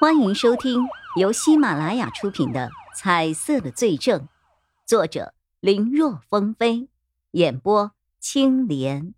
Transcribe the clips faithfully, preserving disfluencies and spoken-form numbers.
欢迎收听由喜马拉雅出品的《彩色的罪证》，作者林若风飞，演播青莲。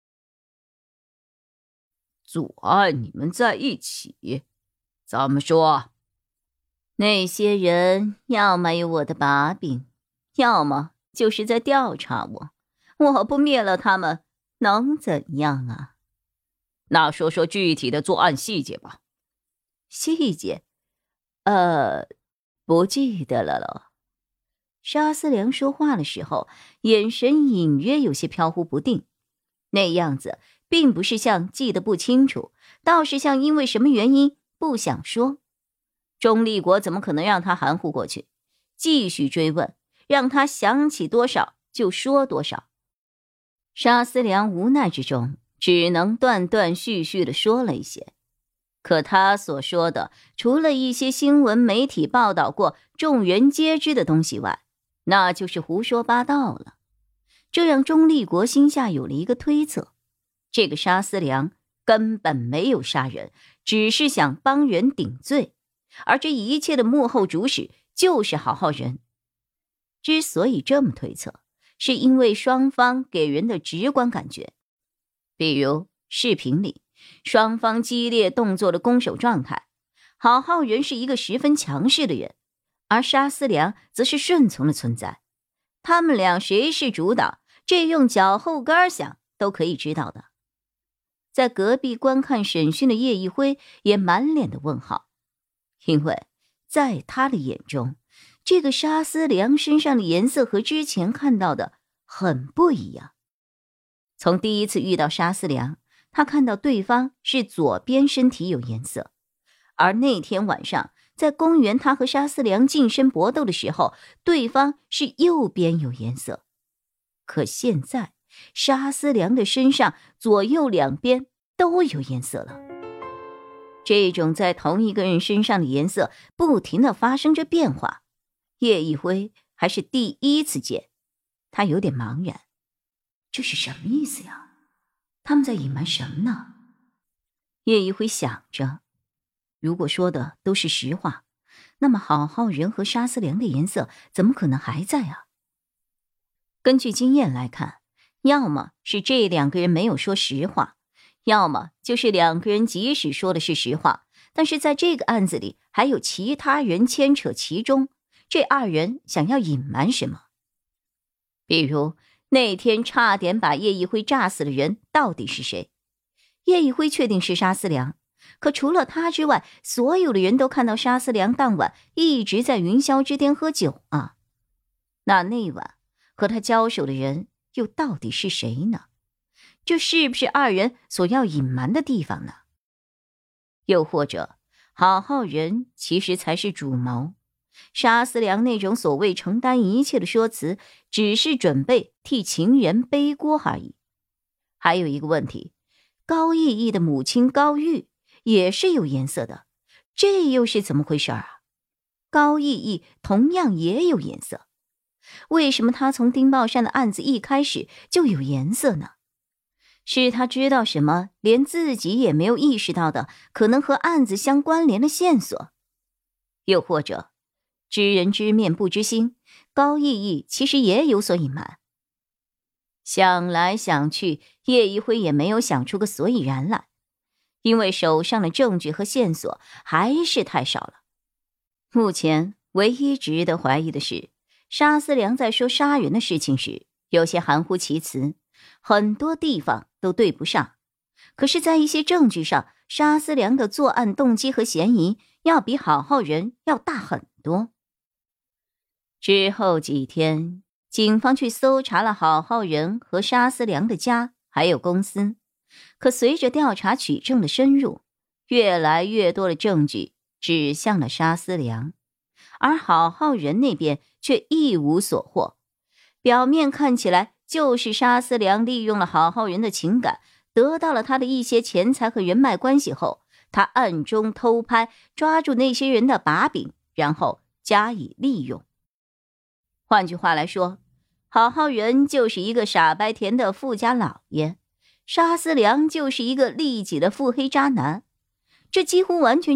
左岸你们在一起，怎么说？ 那些人要么有我的把柄，要么就是在调查我。我不灭了他们，能怎样啊？ 那说说具体的作案细节吧。 细节？呃，不记得了了。沙思良说话的时候，眼神隐约有些飘忽不定，那样子并不是像记得不清楚，倒是像因为什么原因不想说。钟立国怎么可能让他含糊过去？继续追问，让他想起多少就说多少。沙思良无奈之中，只能断断续续地说了一些。可他所说的，除了一些新闻媒体报道过、众人皆知的东西外，那就是胡说八道了。这让钟立国心下有了一个推测：这个沙思良根本没有杀人，只是想帮人顶罪，而这一切的幕后主使就是郝浩仁。之所以这么推测，是因为双方给人的直观感觉，比如视频里双方激烈动作的攻守状态，郝浩仁是一个十分强势的人，而沙思良则是顺从的存在。他们俩谁是主导，这用脚后跟想都可以知道的。在隔壁观看审讯的叶一辉也满脸的问号，因为在他的眼中，这个沙思良身上的颜色和之前看到的很不一样。从第一次遇到沙思良，他看到对方是左边身体有颜色，而那天晚上在公园他和沙思良近身搏斗的时候，对方是右边有颜色。可现在沙思良的身上左右两边都有颜色了。这种在同一个人身上的颜色不停地发生着变化，叶一辉还是第一次见，他有点茫然，这是什么意思呀？他们在隐瞒什么呢？叶一辉想着，如果说的都是实话，那么郝浩仁和沙思良的颜色怎么可能还在啊？根据经验来看，要么是这两个人没有说实话，要么就是两个人即使说的是实话，但是在这个案子里还有其他人牵扯其中，这二人想要隐瞒什么？比如那天差点把叶一辉炸死的人到底是谁？叶一辉确定是沙思良，可除了他之外，所有的人都看到沙思良当晚一直在云霄之巅喝酒啊。那那晚和他交手的人又到底是谁呢？这是不是二人所要隐瞒的地方呢？又或者郝浩仁其实才是主谋，沙思良那种所谓承担一切的说辞，只是准备替情人背锅而已。还有一个问题，高逸逸的母亲高玉也是有颜色的，这又是怎么回事啊？高逸逸同样也有颜色，为什么她从丁宝善的案子一开始就有颜色呢？是她知道什么连自己也没有意识到的可能和案子相关联的线索？又或者知人知面不知心，高逸逸其实也有所隐瞒。想来想去，叶一辉也没有想出个所以然来，因为手上的证据和线索还是太少了。目前唯一值得怀疑的是，沙思良在说杀人的事情时有些含糊其辞，很多地方都对不上。可是在一些证据上，沙思良的作案动机和嫌疑要比郝浩仁要大很多。之后几天，警方去搜查了郝浩仁和沙思良的家还有公司，可随着调查取证的深入，越来越多的证据指向了沙思良，而郝浩仁那边却一无所获。表面看起来就是沙思良利用了郝浩仁的情感，得到了他的一些钱财和人脉关系后，他暗中偷拍，抓住那些人的把柄，然后加以利用。换句话来说，郝浩仁就是一个傻白甜的富家老爷，沙思良就是一个利己的腹黑渣男，这几乎完全就是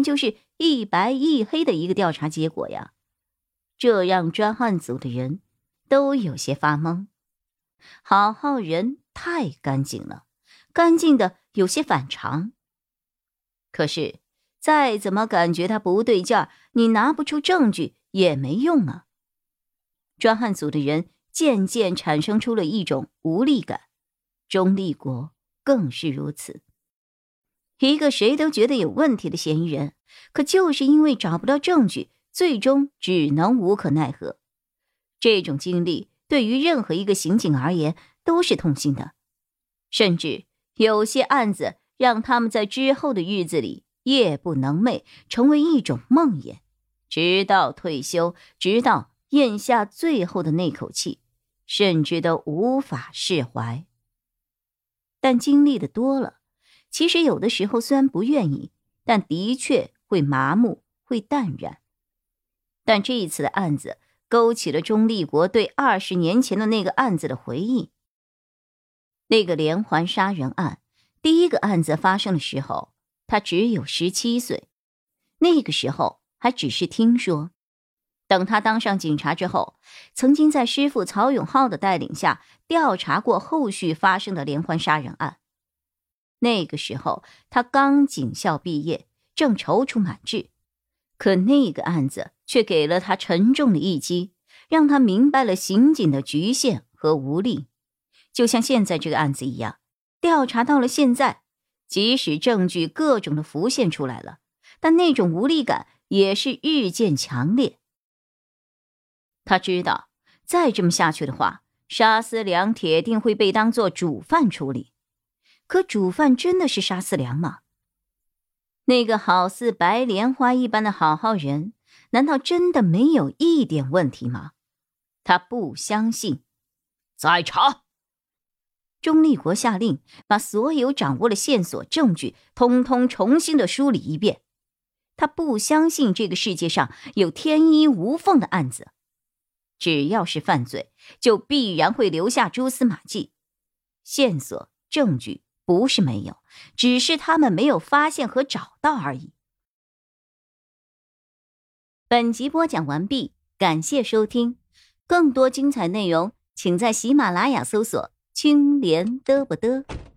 一白一黑的一个调查结果呀，这让专案组的人都有些发懵。郝浩仁太干净了，干净的有些反常。可是再怎么感觉他不对劲儿，你拿不出证据也没用啊。专案组的人渐渐产生出了一种无力感，钟立国更是如此。一个谁都觉得有问题的嫌疑人，可就是因为找不到证据，最终只能无可奈何。这种经历对于任何一个刑警而言都是痛心的，甚至有些案子让他们在之后的日子里夜不能寐，成为一种梦魇，直到退休，直到咽下最后的那口气，甚至都无法释怀。但经历的多了，其实有的时候虽然不愿意，但的确会麻木，会淡然。但这一次的案子勾起了钟立国对二十年前的那个案子的回忆。那个连环杀人案，第一个案子发生的时候，他只有十七岁，那个时候还只是听说。等他当上警察之后，曾经在师傅曹永浩的带领下调查过后续发生的连环杀人案。那个时候他刚警校毕业，正踌躇满志，可那个案子却给了他沉重的一击，让他明白了刑警的局限和无力。就像现在这个案子一样，调查到了现在，即使证据各种的浮现出来了，但那种无力感也是日渐强烈。他知道再这么下去的话，沙思良铁定会被当作主犯处理。可主犯真的是沙思良吗？那个好似白莲花一般的郝浩仁，难道真的没有一点问题吗？他不相信。 再查！ 钟立国下令把所有掌握的线索证据通通重新的梳理一遍。他不相信这个世界上有天衣无缝的案子，只要是犯罪，就必然会留下蛛丝马迹。线索证据不是没有，只是他们没有发现和找到而已。本集播讲完毕，感谢收听。更多精彩内容请在喜马拉雅搜索青莲嘚不嘚。